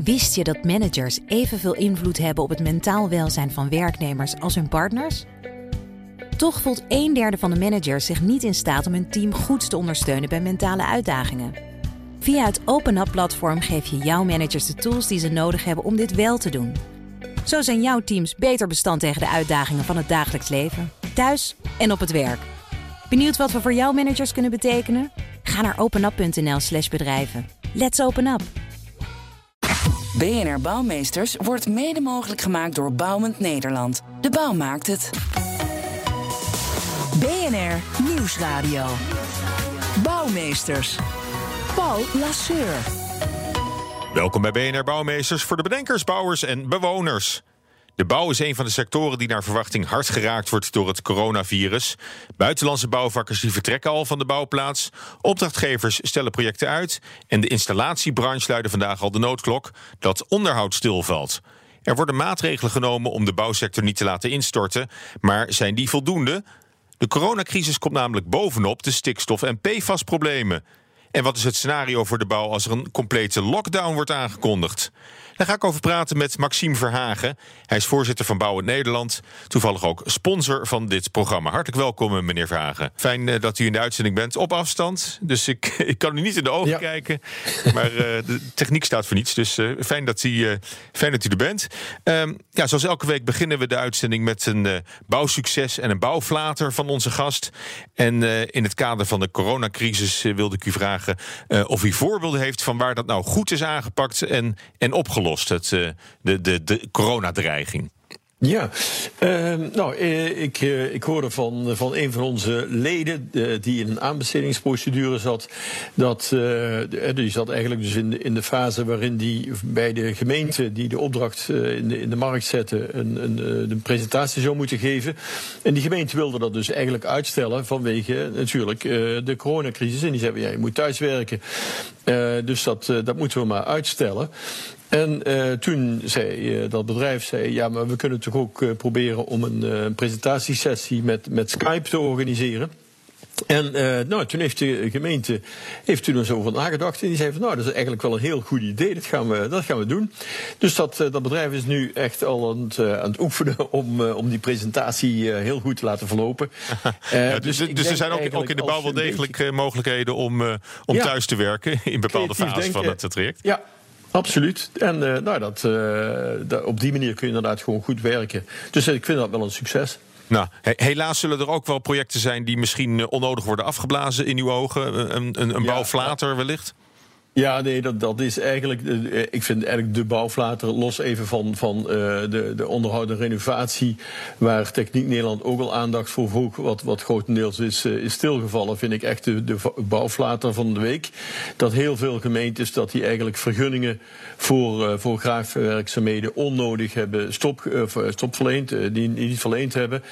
Wist je dat managers evenveel invloed hebben op het mentaal welzijn van werknemers als hun partners? Toch voelt 1/3 van de managers zich niet in staat om hun team goed te ondersteunen bij mentale uitdagingen. Via het OpenUp-platform geef je jouw managers de tools die ze nodig hebben om dit wel te doen. Zo zijn jouw teams beter bestand tegen de uitdagingen van het dagelijks leven, thuis en op het werk. Benieuwd wat we voor jouw managers kunnen betekenen? Ga naar openup.nl/bedrijven. Let's open up! BNR Bouwmeesters wordt mede mogelijk gemaakt door Bouwend Nederland. De bouw maakt het. BNR Nieuwsradio. Bouwmeesters. Paul Lasseur. Welkom bij BNR Bouwmeesters voor de bedenkers, bouwers en bewoners. De bouw is een van de sectoren die naar verwachting hard geraakt wordt door het coronavirus. Buitenlandse bouwvakkers die vertrekken al van de bouwplaats. Opdrachtgevers stellen projecten uit. En de installatiebranche luidde vandaag al de noodklok dat onderhoud stilvalt. Er worden maatregelen genomen om de bouwsector niet te laten instorten. Maar zijn die voldoende? De coronacrisis komt namelijk bovenop de stikstof- en PFAS-problemen. En wat is het scenario voor de bouw als er een complete lockdown wordt aangekondigd? Daar ga ik over praten met Maxime Verhagen. Hij is voorzitter van Bouwend Nederland. Toevallig ook sponsor van dit programma. Hartelijk welkom, meneer Verhagen. Fijn dat u in de uitzending bent op afstand. Dus ik kan u niet in de ogen kijken. Maar de techniek staat voor niets. Dus fijn dat u er bent. Zoals elke week beginnen we de uitzending met een bouwsucces en een bouwflater van onze gast. En in het kader van de coronacrisis wilde ik u vragen of u voorbeelden heeft van waar dat nou goed is aangepakt en opgelost. De coronadreiging. Ja, ik hoorde van een van onze leden die in een aanbestedingsprocedure zat. Die zat eigenlijk dus in de fase waarin die bij de gemeente die de opdracht in de markt zette een presentatie zou moeten geven. En die gemeente wilde dat dus eigenlijk uitstellen vanwege natuurlijk de coronacrisis. En die zei, je moet thuiswerken. Dus dat moeten we maar uitstellen. En toen zei dat bedrijf, maar we kunnen toch ook proberen om een presentatiesessie met Skype te organiseren. En toen heeft de gemeente toen er zo van nagedacht en die zei van dat is eigenlijk wel een heel goed idee, dat gaan we doen. Dus dat bedrijf is nu echt al aan het oefenen om die presentatie heel goed te laten verlopen. Dus er zijn ook in de bouw wel degelijk mogelijkheden om thuis te werken in bepaalde fases van het traject? Ja. Absoluut. En op die manier kun je inderdaad gewoon goed werken. Dus ik vind dat wel een succes. Nou, helaas zullen er ook wel projecten zijn die misschien onnodig worden afgeblazen in uw ogen. Een bouwflater wellicht? Ja, nee, dat is eigenlijk. Ik vind eigenlijk de bouwflater, los even van de onderhoud en renovatie, waar Techniek Nederland ook al aandacht voor vroeg, wat grotendeels is stilgevallen, vind ik echt de bouwflater van de week. Dat heel veel gemeentes dat die eigenlijk vergunningen voor graafwerkzaamheden onnodig hebben stopverleend, die niet verleend hebben,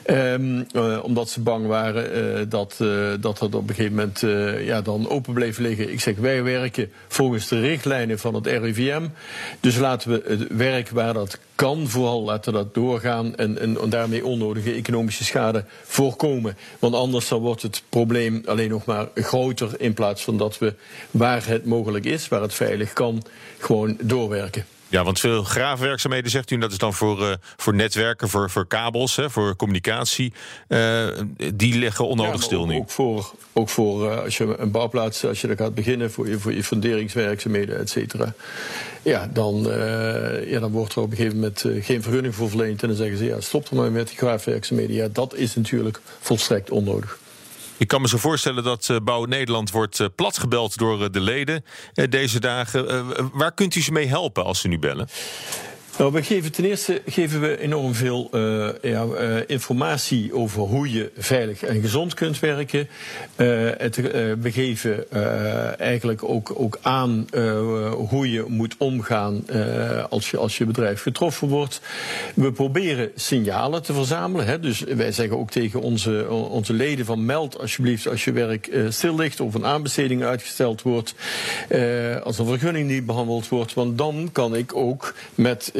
omdat ze bang waren dat het op een gegeven moment dan open bleef liggen. Ik zeg, wij werken volgens de richtlijnen van het RIVM. Dus laten we het werk waar dat kan, vooral laten we dat doorgaan en daarmee onnodige economische schade voorkomen. Want anders dan wordt het probleem alleen nog maar groter in plaats van dat we, waar het mogelijk is, waar het veilig kan, gewoon doorwerken. Ja, want veel graafwerkzaamheden, zegt u, dat is dan voor netwerken, voor kabels, voor communicatie. Die liggen onnodig stil nu. Ook voor als je een bouwplaats, als je daar gaat beginnen, voor je funderingswerkzaamheden, et cetera. Ja, dan wordt er op een gegeven moment geen vergunning voor verleend. En dan zeggen ze, stop er maar met die graafwerkzaamheden. Ja, dat is natuurlijk volstrekt onnodig. Ik kan me zo voorstellen dat Bouwend Nederland wordt platgebeld door de leden deze dagen. Waar kunt u ze mee helpen als ze nu bellen? Nou, ten eerste geven we enorm veel informatie over hoe je veilig en gezond kunt werken. We geven eigenlijk ook aan hoe je moet omgaan als je bedrijf getroffen wordt. We proberen signalen te verzamelen. Hè. Dus wij zeggen ook tegen onze leden van meld alsjeblieft als je werk stil ligt of een aanbesteding uitgesteld wordt. Als een vergunning niet behandeld wordt. Want dan kan ik ook met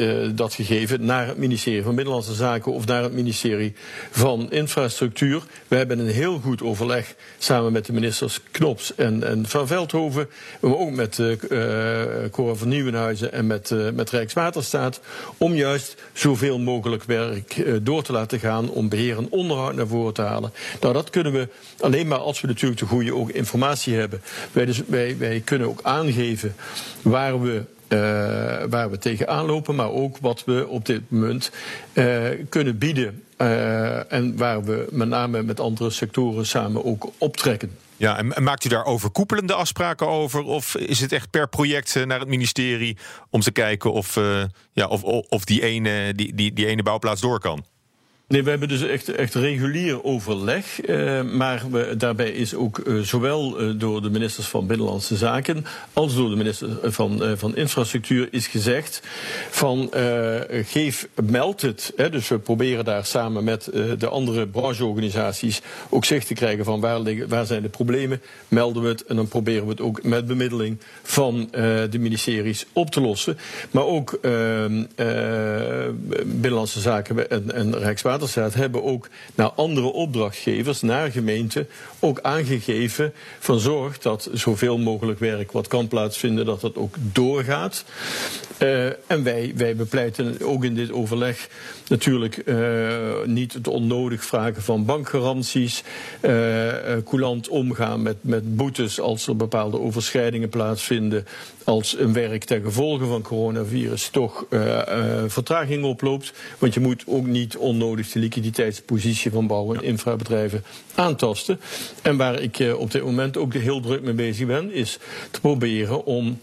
dat gegeven naar het ministerie van Binnenlandse Zaken of naar het ministerie van Infrastructuur. We hebben een heel goed overleg samen met de ministers Knops en Van Veldhoven, maar ook met Cora van Nieuwenhuizen en met Rijkswaterstaat, om juist zoveel mogelijk werk door te laten gaan om beheer en onderhoud naar voren te halen. Nou, dat kunnen we alleen maar als we natuurlijk de goede ook informatie hebben. Wij kunnen ook aangeven waar we tegenaan lopen, maar ook wat we op dit moment kunnen bieden. En waar we met name met andere sectoren samen ook optrekken. Ja, en maakt u daar overkoepelende afspraken over? Of is het echt per project naar het ministerie om te kijken of die ene bouwplaats door kan? Nee, we hebben dus echt regulier overleg. Maar daarbij is ook zowel door de ministers van Binnenlandse Zaken als door de minister van Infrastructuur is gezegd van meld het. Dus we proberen daar samen met de andere brancheorganisaties ook zicht te krijgen van waar zijn de problemen. Melden we het en dan proberen we het ook met bemiddeling van de ministeries op te lossen. Maar ook Binnenlandse Zaken en Rijkswaterstaat hebben ook naar andere opdrachtgevers, naar gemeenten, ook aangegeven van zorg dat zoveel mogelijk werk wat kan plaatsvinden, dat dat ook doorgaat. En wij bepleiten ook in dit overleg natuurlijk niet het onnodig vragen van bankgaranties, coulant omgaan met boetes als er bepaalde overschrijdingen plaatsvinden, als een werk ten gevolge van coronavirus toch vertraging oploopt. Want je moet ook niet onnodig de liquiditeitspositie van bouw- en infrabedrijven aantasten. En waar ik op dit moment ook heel druk mee bezig ben, is te proberen om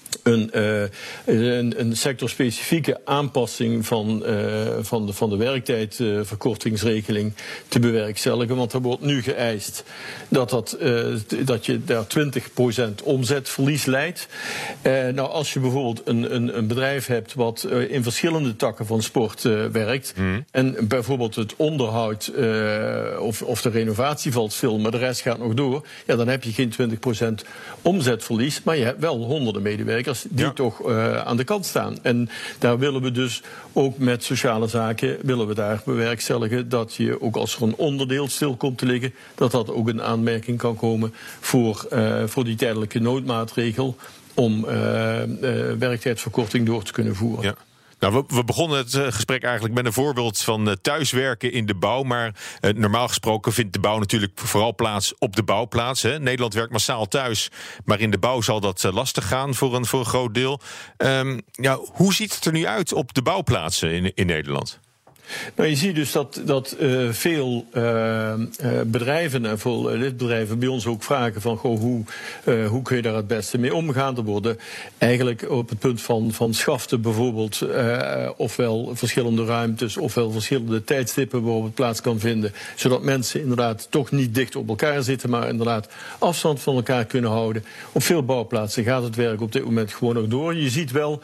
een sectorspecifieke aanpassing van de werktijdverkortingsregeling te bewerkstelligen. Want er wordt nu geëist dat je daar 20% omzetverlies leidt. Nou, als je bijvoorbeeld een bedrijf hebt wat in verschillende takken van sport werkt, en bijvoorbeeld het onderhoud of de renovatie valt stil, maar de rest gaat nog door, ja, dan heb je geen 20% omzetverlies, maar je hebt wel honderden medewerkers die toch aan de kant staan. En daar willen we dus ook met sociale zaken daar bewerkstelligen dat je ook als er een onderdeel stil komt te liggen, dat ook een aanmerking kan komen voor die tijdelijke noodmaatregel om werktijdverkorting door te kunnen voeren. Ja. Nou, we begonnen het gesprek eigenlijk met een voorbeeld van thuiswerken in de bouw. Maar normaal gesproken vindt de bouw natuurlijk vooral plaats op de bouwplaats. Hè. Nederland werkt massaal thuis, maar in de bouw zal dat lastig gaan voor een groot deel. Hoe ziet het er nu uit op de bouwplaatsen in Nederland? Nou, je ziet dus dat veel bedrijven en veel lidbedrijven bij ons ook vragen van hoe kun je daar het beste mee omgaan. Er worden eigenlijk op het punt van schaften bijvoorbeeld ofwel verschillende ruimtes ofwel verschillende tijdstippen waarop het plaats kan vinden, zodat mensen inderdaad toch niet dicht op elkaar zitten, maar inderdaad afstand van elkaar kunnen houden. Op veel bouwplaatsen gaat het werk op dit moment gewoon nog door. Je ziet wel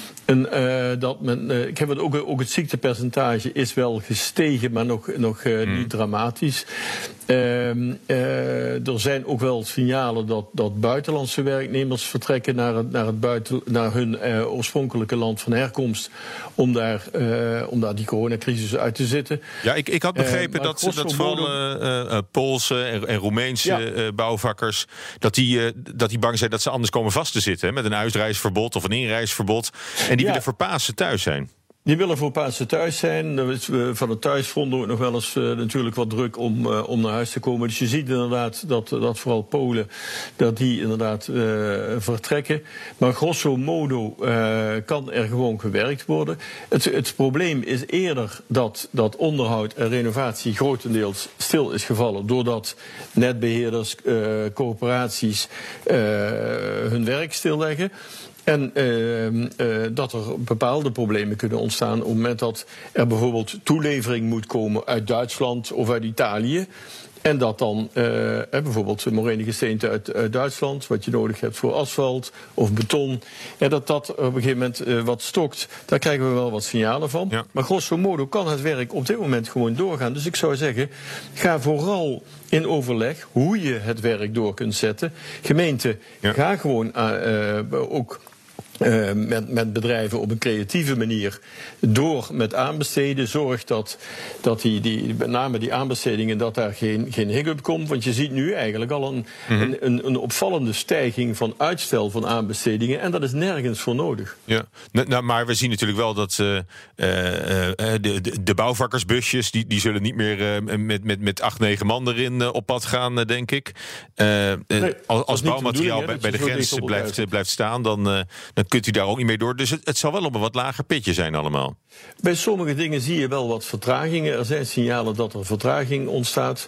ik heb ook het ziektepercentage is wel gestegen, maar nog niet dramatisch. Er zijn ook wel signalen dat buitenlandse werknemers vertrekken naar hun oorspronkelijke land van herkomst om daar die coronacrisis uit te zitten. Ja, ik had begrepen dat vooral Poolse en Roemeense bouwvakkers dat die bang zijn dat ze anders komen vast te zitten, hè, met een uitreisverbod of een inreisverbod. En die willen voor Pasen thuis zijn. Die willen voor Pasen thuis zijn. Er is van het thuisfront ook nog wel eens natuurlijk wat druk om naar huis te komen. Dus je ziet inderdaad dat vooral Polen dat die inderdaad vertrekken. Maar grosso modo kan er gewoon gewerkt worden. Het probleem is eerder dat onderhoud en renovatie grotendeels stil is gevallen, doordat netbeheerders, corporaties hun werk stilleggen. En dat er bepaalde problemen kunnen ontstaan op het moment dat er bijvoorbeeld toelevering moet komen uit Duitsland of uit Italië. En dat dan bijvoorbeeld morene gesteente uit Duitsland, wat je nodig hebt voor asfalt of beton, dat op een gegeven moment wat stokt. Daar krijgen we wel wat signalen van. Ja. Maar grosso modo kan het werk op dit moment gewoon doorgaan. Dus ik zou zeggen, ga vooral in overleg hoe je het werk door kunt zetten. Gemeente, ga gewoon ook met bedrijven op een creatieve manier door met aanbesteden zorgt dat met name die aanbestedingen, dat daar geen hiccup komt. Want je ziet nu eigenlijk al een opvallende stijging van uitstel van aanbestedingen en dat is nergens voor nodig. Ja, maar we zien natuurlijk wel dat de bouwvakkersbusjes die zullen niet meer met 8-9 man erin op pad gaan, denk ik. Als bouwmateriaal bij de grens blijft staan, dan kunt u daar ook niet mee door. Dus het zal wel op een wat lager pitje zijn allemaal. Bij sommige dingen zie je wel wat vertragingen. Er zijn signalen dat er vertraging ontstaat.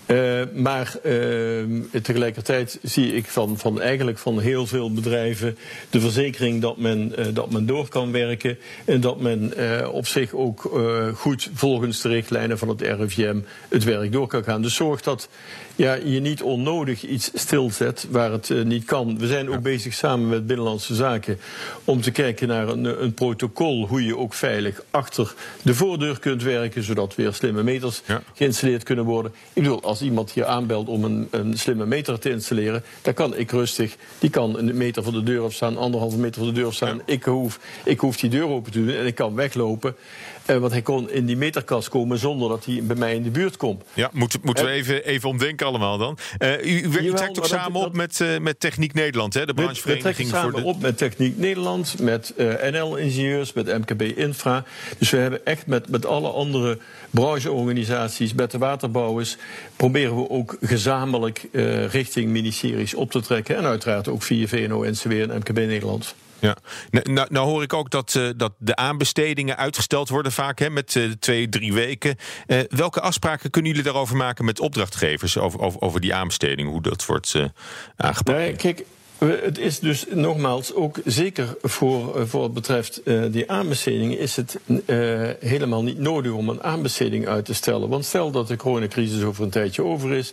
Maar tegelijkertijd zie ik van heel veel bedrijven de verzekering dat men door kan werken. En dat men op zich ook goed volgens de richtlijnen van het RIVM het werk door kan gaan. Dus zorg dat je niet onnodig iets stilzet waar het niet kan. We zijn ook bezig samen met Binnenlandse Zaken om te kijken naar een protocol hoe je ook veilig achter de voordeur kunt werken, zodat weer slimme meters geïnstalleerd kunnen worden. Ik bedoel, als iemand hier aanbelt om een slimme meter te installeren, dan kan ik rustig, die kan een meter van de deur afstaan, 1,5 meter van de deur afstaan. Ja. Ik hoef die deur open te doen en ik kan weglopen. Want hij kon in die meterkast komen zonder dat hij bij mij in de buurt komt. Ja, moeten we even omdenken allemaal dan. U trekt ook samen op met Techniek Nederland, hè? De branchevereniging. We trekken samen op met Techniek Nederland, met NL-ingenieurs, met MKB Infra. Dus we hebben echt met alle andere brancheorganisaties, met de waterbouwers, proberen we ook gezamenlijk richting ministeries op te trekken. En uiteraard ook via VNO-NCW en MKB Nederland. Ja, nou hoor ik ook dat de aanbestedingen uitgesteld worden vaak met 2-3 weken. Welke afspraken kunnen jullie daarover maken met opdrachtgevers over die aanbesteding, hoe dat wordt aangepakt? Nee, kijk, het is dus nogmaals ook zeker voor wat betreft die aanbestedingen is het helemaal niet nodig om een aanbesteding uit te stellen. Want stel dat de coronacrisis over een tijdje over is,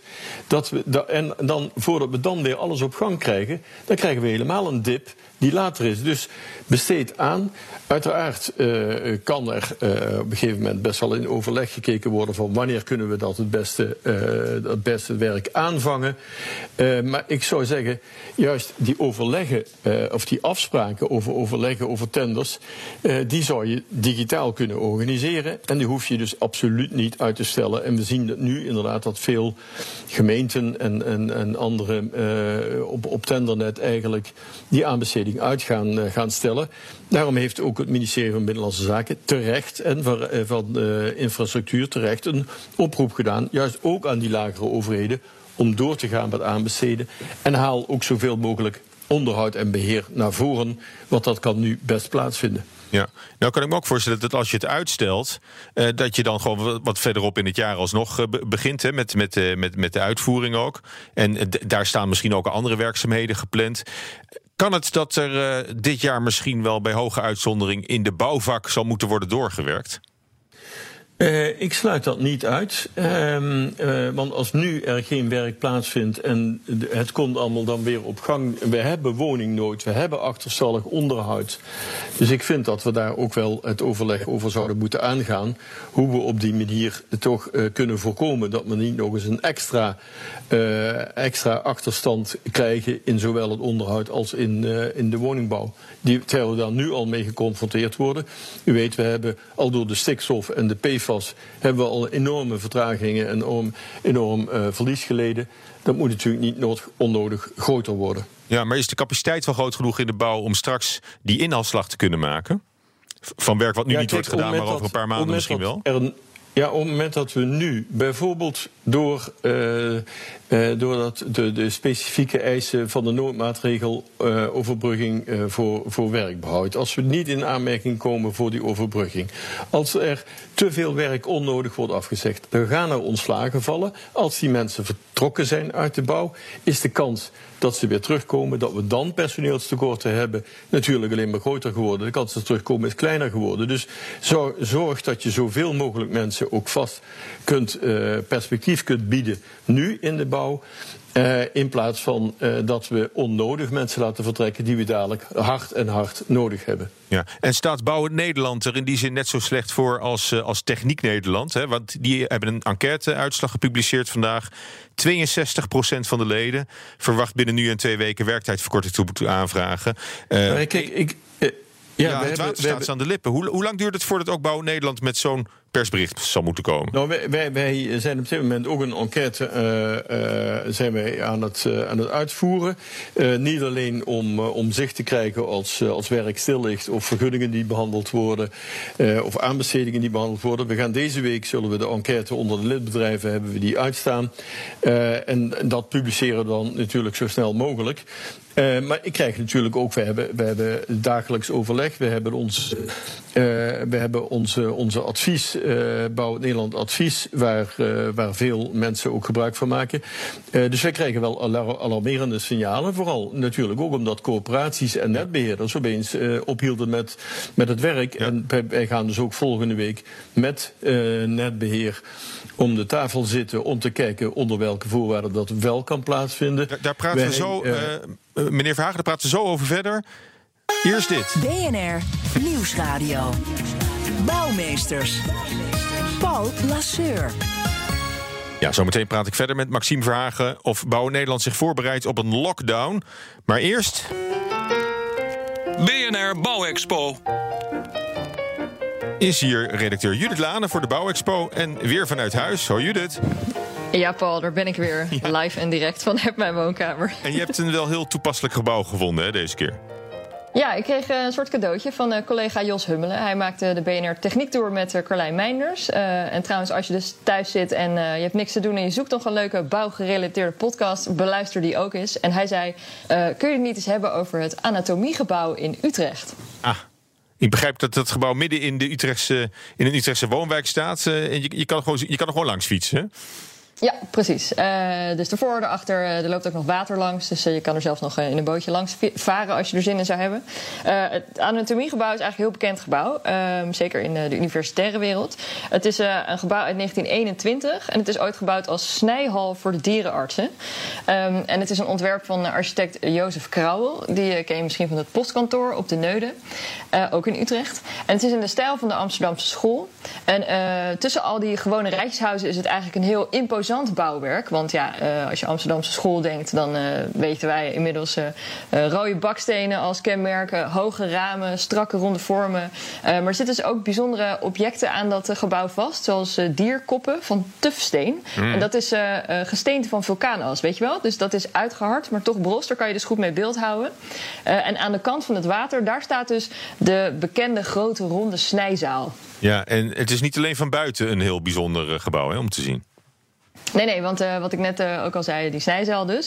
voordat we dan weer alles op gang krijgen, dan krijgen we helemaal een dip die later is. Dus besteed aan. Uiteraard kan er op een gegeven moment best wel in overleg gekeken worden van wanneer kunnen we dat het beste werk aanvangen. Maar ik zou zeggen, juist die overleggen of die afspraken over tenders, die zou je digitaal kunnen organiseren. En die hoef je dus absoluut niet uit te stellen. En we zien dat nu inderdaad dat veel gemeenten en andere op tendernet eigenlijk die aanbesteding uit gaan stellen. Daarom heeft ook het ministerie van Binnenlandse Zaken terecht en van infrastructuur terecht een oproep gedaan, juist ook aan die lagere overheden, om door te gaan met aanbesteden. En haal ook zoveel mogelijk onderhoud en beheer naar voren, want dat kan nu best plaatsvinden. Ja, nou kan ik me ook voorstellen dat als je het uitstelt, dat je dan gewoon wat verderop in het jaar alsnog begint, hè, met de uitvoering ook. En daar staan misschien ook andere werkzaamheden gepland. Kan het dat er dit jaar misschien wel bij hoge uitzondering in de bouwvak zal moeten worden doorgewerkt? Ik sluit dat niet uit. Want als nu er geen werk plaatsvindt en het komt allemaal dan weer op gang. We hebben woningnood, we hebben achterstallig onderhoud. Dus ik vind dat we daar ook wel het overleg over zouden moeten aangaan. Hoe we op die manier toch kunnen voorkomen dat we niet nog eens een extra achterstand krijgen in zowel het onderhoud als in de woningbouw. Terwijl we daar nu al mee geconfronteerd worden. U weet, we hebben al door de stikstof en de PFAS hebben we al enorme vertragingen en enorm verlies geleden. Dat moet natuurlijk niet onnodig groter worden. Ja, maar is de capaciteit wel groot genoeg in de bouw om straks die inhaalslag te kunnen maken? Van werk wat nu niet wordt gedaan, maar over een paar maanden misschien wel? Ja, op het moment dat we nu bijvoorbeeld doordat de specifieke eisen van de noodmaatregel overbrugging voor werkbehoud, als we niet in aanmerking komen voor die overbrugging, als er te veel werk onnodig wordt afgezegd, dan gaan er ontslagen vallen. Als die mensen vertrokken zijn uit de bouw, is de kans dat ze weer terugkomen, dat we dan personeelstekorten hebben, natuurlijk alleen maar groter geworden. De kans dat ze terugkomen is kleiner geworden. Dus zorg dat je zoveel mogelijk mensen je ook vast perspectief kunt bieden nu in de bouw. In plaats van dat we onnodig mensen laten vertrekken die we dadelijk hard nodig hebben. Ja. En staat Bouwend Nederland er in die zin net zo slecht voor als Techniek Nederland? Hè? Want die hebben een enquêteuitslag gepubliceerd vandaag. 62% van de leden verwacht binnen nu en 2 weken werktijdverkorting toe moeten aanvragen. Het water staat aan de lippen. Hoe lang duurt het voordat ook Bouwend Nederland met zo'n persbericht zal moeten komen? Nou, wij zijn op dit moment ook een enquête zijn wij aan het uitvoeren. Niet alleen om zicht te krijgen als werk stil ligt of vergunningen die behandeld worden of aanbestedingen die behandeld worden. We gaan deze week, zullen we de enquête onder de lidbedrijven hebben we die uitstaan. En dat publiceren we dan natuurlijk zo snel mogelijk. Maar ik krijg natuurlijk ook, we hebben dagelijks overleg, we hebben onze advies, Bouwend Nederland advies, waar veel mensen ook gebruik van maken. Dus wij krijgen wel alarmerende signalen, vooral natuurlijk ook omdat coöperaties en netbeheerders opeens ophielden met het werk. Ja. En wij gaan dus ook volgende week met netbeheer om de tafel zitten om te kijken onder welke voorwaarden dat wel kan plaatsvinden. Daar praten we zo, meneer Verhagen, daar praten we zo over verder. Eerst dit. BNR Nieuwsradio. Bouwmeesters. Paul Lasseur. Ja, zometeen praat ik verder met Maxime Verhagen of Bouwend Nederland zich voorbereidt op een lockdown. Maar eerst BNR Bouwexpo. Is hier redacteur Judith Lane voor de Bouwexpo en weer vanuit huis. Hoi Judith. Ja, Paul, daar ben ik weer live en direct vanuit mijn woonkamer. En je hebt een wel heel toepasselijk gebouw gevonden, hè, deze keer. Ja, ik kreeg een soort cadeautje van collega Jos Hummelen. Hij maakte de BNR Techniek Tour met Carlijn Meinders. En trouwens, als je dus thuis zit en je hebt niks te doen en je zoekt nog een leuke bouwgerelateerde podcast, beluister die ook eens. En hij zei, kun je het niet eens hebben over het anatomiegebouw in Utrecht? Ik begrijp dat het gebouw midden in een Utrechtse woonwijk staat. En je kan er gewoon langs fietsen, hè? Ja, precies. Dus ervoor, erachter, er loopt ook nog water langs. Dus je kan er zelfs nog in een bootje langs varen als je er zin in zou hebben. Het anatomiegebouw is eigenlijk een heel bekend gebouw. Zeker in de universitaire wereld. Het is een gebouw uit 1921. En het is ooit gebouwd als snijhal voor de dierenartsen. En het is een ontwerp van architect Jozef Krauwel. Die ken je misschien van het postkantoor op de Neude. Ook in Utrecht. En het is in de stijl van de Amsterdamse school. En tussen al die gewone rijtjeshuizen is het eigenlijk een heel imposant bouwwerk. Want ja, als je Amsterdamse school denkt, dan weten wij inmiddels rode bakstenen als kenmerken, hoge ramen, strakke ronde vormen. Maar er zitten dus ook bijzondere objecten aan dat gebouw vast, zoals dierkoppen van tufsteen. En dat is gesteente van vulkaanas, weet je wel? Dus dat is uitgehard, maar toch bros. Daar kan je dus goed mee beeld houden. En aan de kant van het water, daar staat dus de bekende grote ronde snijzaal. Ja, en het is niet alleen van buiten een heel bijzonder gebouw, hè, om te zien. Nee, want wat ik net ook al zei, die snijzaal dus.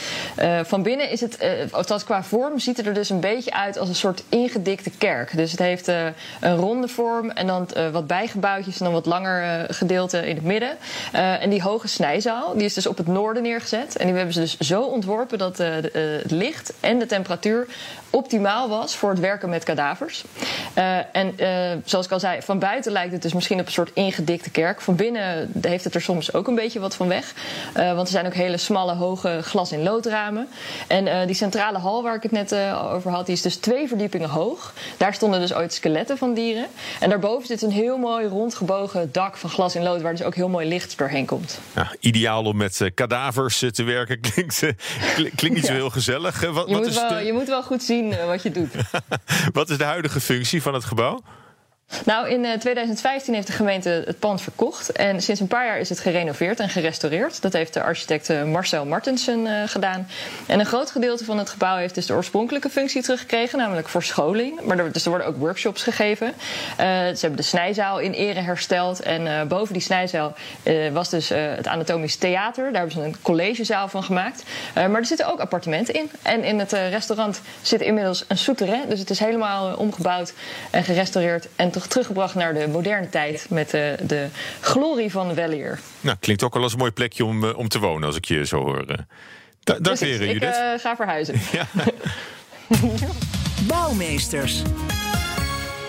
Van binnen is het, althans qua vorm, ziet het er dus een beetje uit als een soort ingedikte kerk. Dus het heeft een ronde vorm en dan wat bijgebouwtjes en dan wat langer gedeelte in het midden. En die hoge snijzaal, die is dus op het noorden neergezet. En die hebben ze dus zo ontworpen dat het licht en de temperatuur optimaal was voor het werken met kadavers. En zoals ik al zei, van buiten lijkt het dus misschien op een soort ingedikte kerk. Van binnen heeft het er soms ook een beetje wat van weg. Want er zijn ook hele smalle, hoge glas- in loodramen. En die centrale hal waar ik het net over had, die is dus 2 verdiepingen hoog. Daar stonden dus ooit skeletten van dieren. En daarboven zit een heel mooi rondgebogen dak van glas in lood, waar dus ook heel mooi licht doorheen komt. Ja, ideaal om met kadavers te werken. Klinkt niet zo heel gezellig. Je moet wel goed zien wat je doet. Wat is de huidige functie van het gebouw? Nou, in 2015 heeft de gemeente het pand verkocht. En sinds een paar jaar is het gerenoveerd en gerestaureerd. Dat heeft de architect Marcel Martensen gedaan. En een groot gedeelte van het gebouw heeft dus de oorspronkelijke functie teruggekregen, namelijk voor scholing. Maar er worden ook workshops gegeven. Ze hebben de snijzaal in ere hersteld. En boven die snijzaal was dus het anatomisch theater. Daar hebben ze een collegezaal van gemaakt. Maar er zitten ook appartementen in. En in het restaurant zit inmiddels een souterrain. Dus het is helemaal omgebouwd en gerestaureerd en teruggebracht naar de moderne tijd met de glorie van weleer. Nou, klinkt ook wel als een mooi plekje om te wonen, als ik je zo hoor. Dank weer, Judith. Ik ga verhuizen. Ja. Bouwmeesters.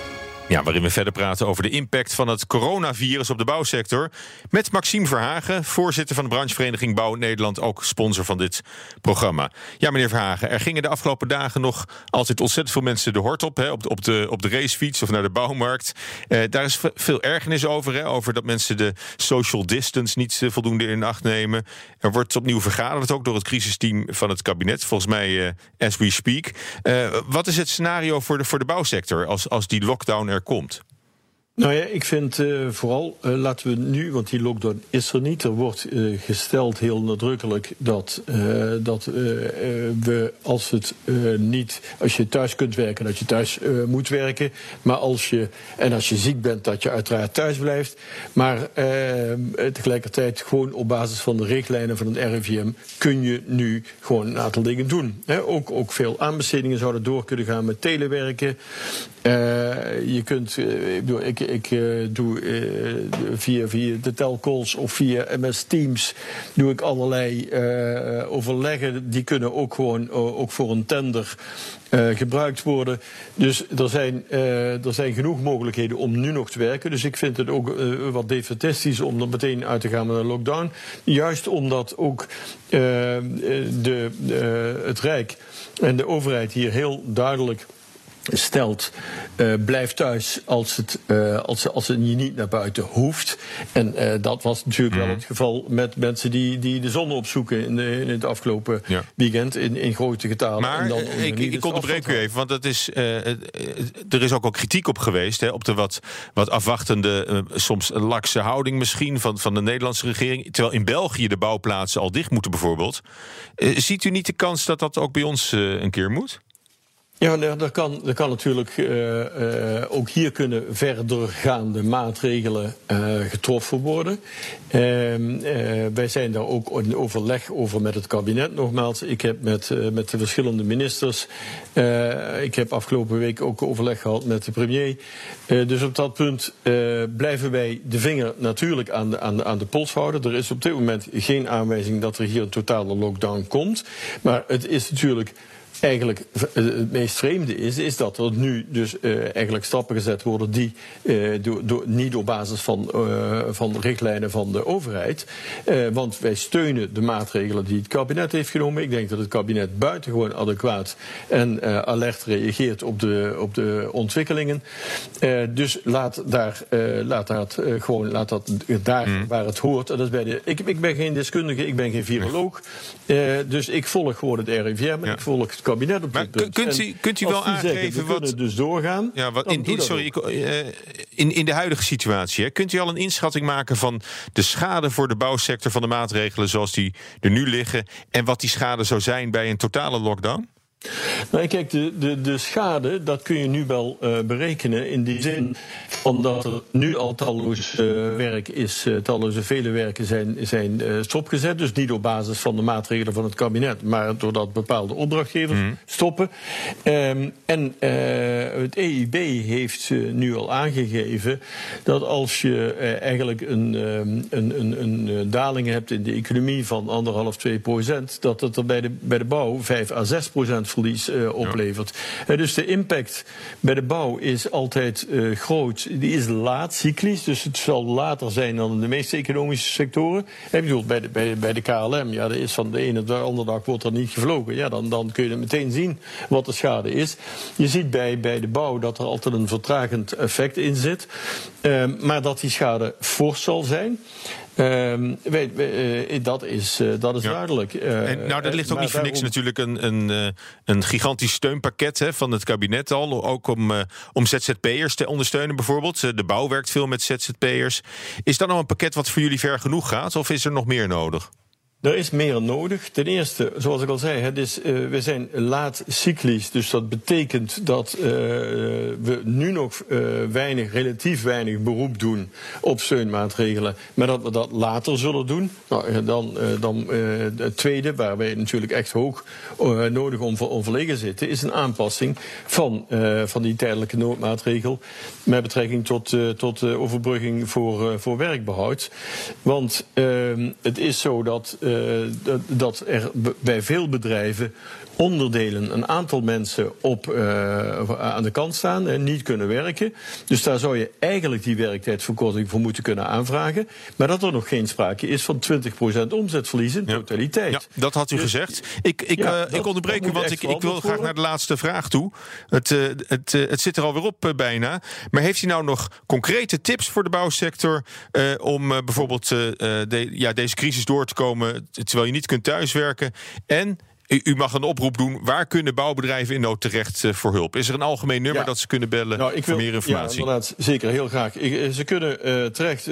Ja, waarin we verder praten over de impact van het coronavirus op de bouwsector. Met Maxime Verhagen, voorzitter van de branchevereniging Bouw Nederland, ook sponsor van dit programma. Ja, meneer Verhagen, er gingen de afgelopen dagen nog altijd ontzettend veel mensen de hort op, op de racefiets of naar de bouwmarkt. Daar is veel ergernis over, over dat mensen de social distance niet voldoende in acht nemen. Er wordt opnieuw vergaderd, ook door het crisisteam van het kabinet, volgens mij as we speak. Wat is het scenario voor de bouwsector als die lockdown er komt? Nou ja, ik vind vooral, laten we nu, want die lockdown is er niet. Er wordt gesteld heel nadrukkelijk dat we, als je thuis kunt werken, dat je thuis moet werken. Maar als je ziek bent, dat je uiteraard thuis blijft. Maar tegelijkertijd gewoon op basis van de richtlijnen van het RIVM kun je nu gewoon een aantal dingen doen. Ook veel aanbestedingen zouden door kunnen gaan met telewerken. Je kunt, ik doe via de telcalls of via MS Teams doe ik allerlei overleggen. Die kunnen ook gewoon ook voor een tender gebruikt worden. Dus er zijn genoeg mogelijkheden om nu nog te werken. Dus ik vind het ook wat defaistisch om er meteen uit te gaan met een lockdown. Juist omdat ook het Rijk en de overheid hier heel duidelijk stelt, blijf thuis als het je niet naar buiten hoeft. En dat was natuurlijk wel het geval met mensen die de zon opzoeken in het afgelopen weekend in grote getalen. Maar en dan ik onderbreek u even, want dat is, er is ook al kritiek op geweest, op de wat afwachtende, soms lakse houding misschien van de Nederlandse regering. Terwijl in België de bouwplaatsen al dicht moeten bijvoorbeeld. Ziet u niet de kans dat dat ook bij ons een keer moet? Ja, er kan natuurlijk ook hier kunnen verdergaande maatregelen getroffen worden. Wij zijn daar ook in overleg over met het kabinet. Nogmaals, ik heb met de verschillende ministers. Ik heb afgelopen week ook overleg gehad met de premier. Dus op dat punt blijven wij de vinger natuurlijk aan de pols houden. Er is op dit moment geen aanwijzing dat er hier een totale lockdown komt. Maar het is natuurlijk eigenlijk het meest vreemde is dat er nu dus eigenlijk stappen gezet worden die niet op basis van richtlijnen van de overheid. Want wij steunen de maatregelen die het kabinet heeft genomen. Ik denk dat het kabinet buitengewoon adequaat en alert reageert op de ontwikkelingen. Dus laat dat daar waar het hoort. En dat is ik ben geen deskundige, ik ben geen viroloog. Dus ik volg gewoon het RIVM en ik volg het kabinet op dit punt. Kunt u wel aangeven wat kunnen dus doorgaan? Ja, in de huidige situatie, kunt u al een inschatting maken van de schade voor de bouwsector van de maatregelen zoals die er nu liggen en wat die schade zou zijn bij een totale lockdown? Nou, kijk, de schade, dat kun je nu wel berekenen in die zin, omdat er nu al talloze vele werken zijn stopgezet. Dus niet op basis van de maatregelen van het kabinet, maar doordat bepaalde opdrachtgevers stoppen. En het EIB heeft nu al aangegeven dat als je eigenlijk een daling hebt in de economie van 1,5-2%, dat het er bij de bouw 5 à 6% verlies oplevert. Dus de impact bij de bouw is altijd groot. Die is laat, cyclisch, dus het zal later zijn dan in de meeste economische sectoren. Ik bedoel, bij de KLM, ja, dat is van de ene op de andere dag wordt er niet gevlogen. Ja, dan kun je meteen zien wat de schade is. Je ziet bij de bouw dat er altijd een vertragend effect in zit. Maar dat die schade fors zal zijn. Dat is duidelijk. Dat ligt ook niet voor niks natuurlijk een gigantisch steunpakket van het kabinet al. Ook om ZZP'ers te ondersteunen bijvoorbeeld. De bouw werkt veel met ZZP'ers. Is dat nou een pakket wat voor jullie ver genoeg gaat? Of is er nog meer nodig? Er is meer nodig. Ten eerste, zoals ik al zei, we zijn laat cyclisch. Dus dat betekent dat we nu nog relatief weinig beroep doen op steunmaatregelen. Maar dat we dat later zullen doen. Nou, dan het tweede, waar wij natuurlijk echt hoog nodig onverlegen zitten, is een aanpassing van die tijdelijke noodmaatregel met betrekking tot overbrugging voor werkbehoud. Want het is zo dat dat er bij veel bedrijven onderdelen een aantal mensen aan de kant staan en niet kunnen werken. Dus daar zou je eigenlijk die werktijdverkorting voor moeten kunnen aanvragen. Maar dat er nog geen sprake is van 20% omzetverlies in totaliteit. Ja, dat had u gezegd. Ik onderbreek u, want ik wil graag naar de laatste vraag toe. Het zit er alweer op bijna. Maar heeft u nou nog concrete tips voor de bouwsector om bijvoorbeeld deze crisis door te komen terwijl je niet kunt thuiswerken? En u mag een oproep doen. Waar kunnen bouwbedrijven in nood terecht voor hulp? Is er een algemeen nummer dat ze kunnen bellen voor meer informatie? Ja, inderdaad, zeker, heel graag. Ze kunnen terecht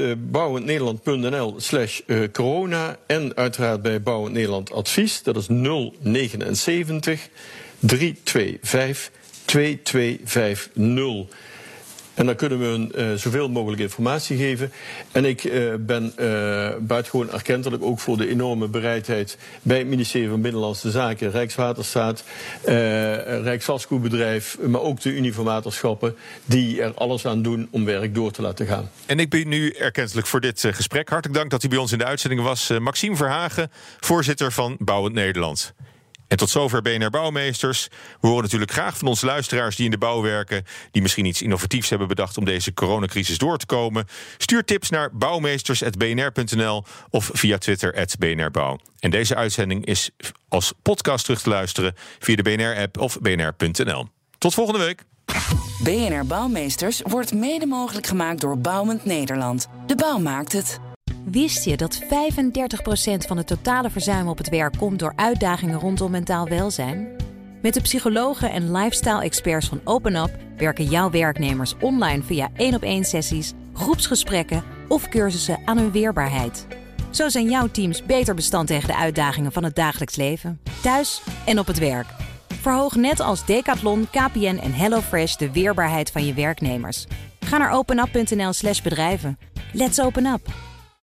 bouwendnederland.nl/corona en uiteraard bij Bouwend Nederland Advies. Dat is 079 325 2250. En dan kunnen we hun zoveel mogelijk informatie geven. En ik ben buitengewoon erkentelijk ook voor de enorme bereidheid bij het ministerie van Binnenlandse Zaken, Rijkswaterstaat, Rijksvastgoedbedrijf, maar ook de uniformatorschappen die er alles aan doen om werk door te laten gaan. En ik ben nu erkentelijk voor dit gesprek. Hartelijk dank dat u bij ons in de uitzending was. Maxime Verhagen, voorzitter van Bouwend Nederland. En tot zover BNR Bouwmeesters. We horen natuurlijk graag van onze luisteraars die in de bouw werken, die misschien iets innovatiefs hebben bedacht om deze coronacrisis door te komen. Stuur tips naar bouwmeesters@bnr.nl of via Twitter @BNRBouw. En deze uitzending is als podcast terug te luisteren via de BNR-app of bnr.nl. Tot volgende week. BNR Bouwmeesters wordt mede mogelijk gemaakt door Bouwend Nederland. De bouw maakt het. Wist je dat 35% van het totale verzuim op het werk komt door uitdagingen rondom mentaal welzijn? Met de psychologen en lifestyle-experts van OpenUp werken jouw werknemers online via 1-op-1 sessies, groepsgesprekken of cursussen aan hun weerbaarheid. Zo zijn jouw teams beter bestand tegen de uitdagingen van het dagelijks leven, thuis en op het werk. Verhoog net als Decathlon, KPN en HelloFresh de weerbaarheid van je werknemers. Ga naar openup.nl/bedrijven. Let's open up!